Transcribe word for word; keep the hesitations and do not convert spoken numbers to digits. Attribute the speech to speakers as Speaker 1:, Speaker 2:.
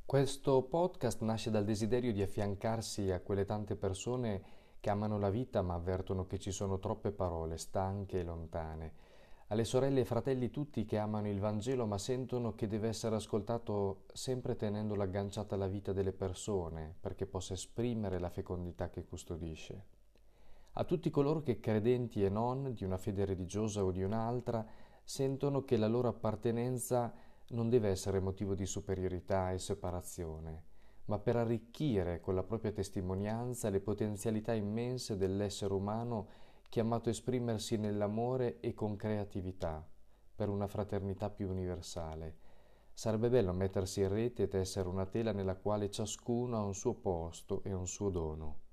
Speaker 1: Questo podcast nasce dal desiderio di affiancarsi a quelle tante persone che amano la vita ma avvertono che ci sono troppe parole stanche e lontane, alle sorelle e fratelli tutti che amano il Vangelo ma sentono che deve essere ascoltato sempre tenendolo agganciata alla vita delle persone perché possa esprimere la fecondità che custodisce. A tutti coloro che, credenti e non, di una fede religiosa o di un'altra, sentono che la loro appartenenza non deve essere motivo di superiorità e separazione, ma per arricchire con la propria testimonianza le potenzialità immense dell'essere umano chiamato a esprimersi nell'amore e con creatività, per una fraternità più universale. Sarebbe bello mettersi in rete ed essere una tela nella quale ciascuno ha un suo posto e un suo dono.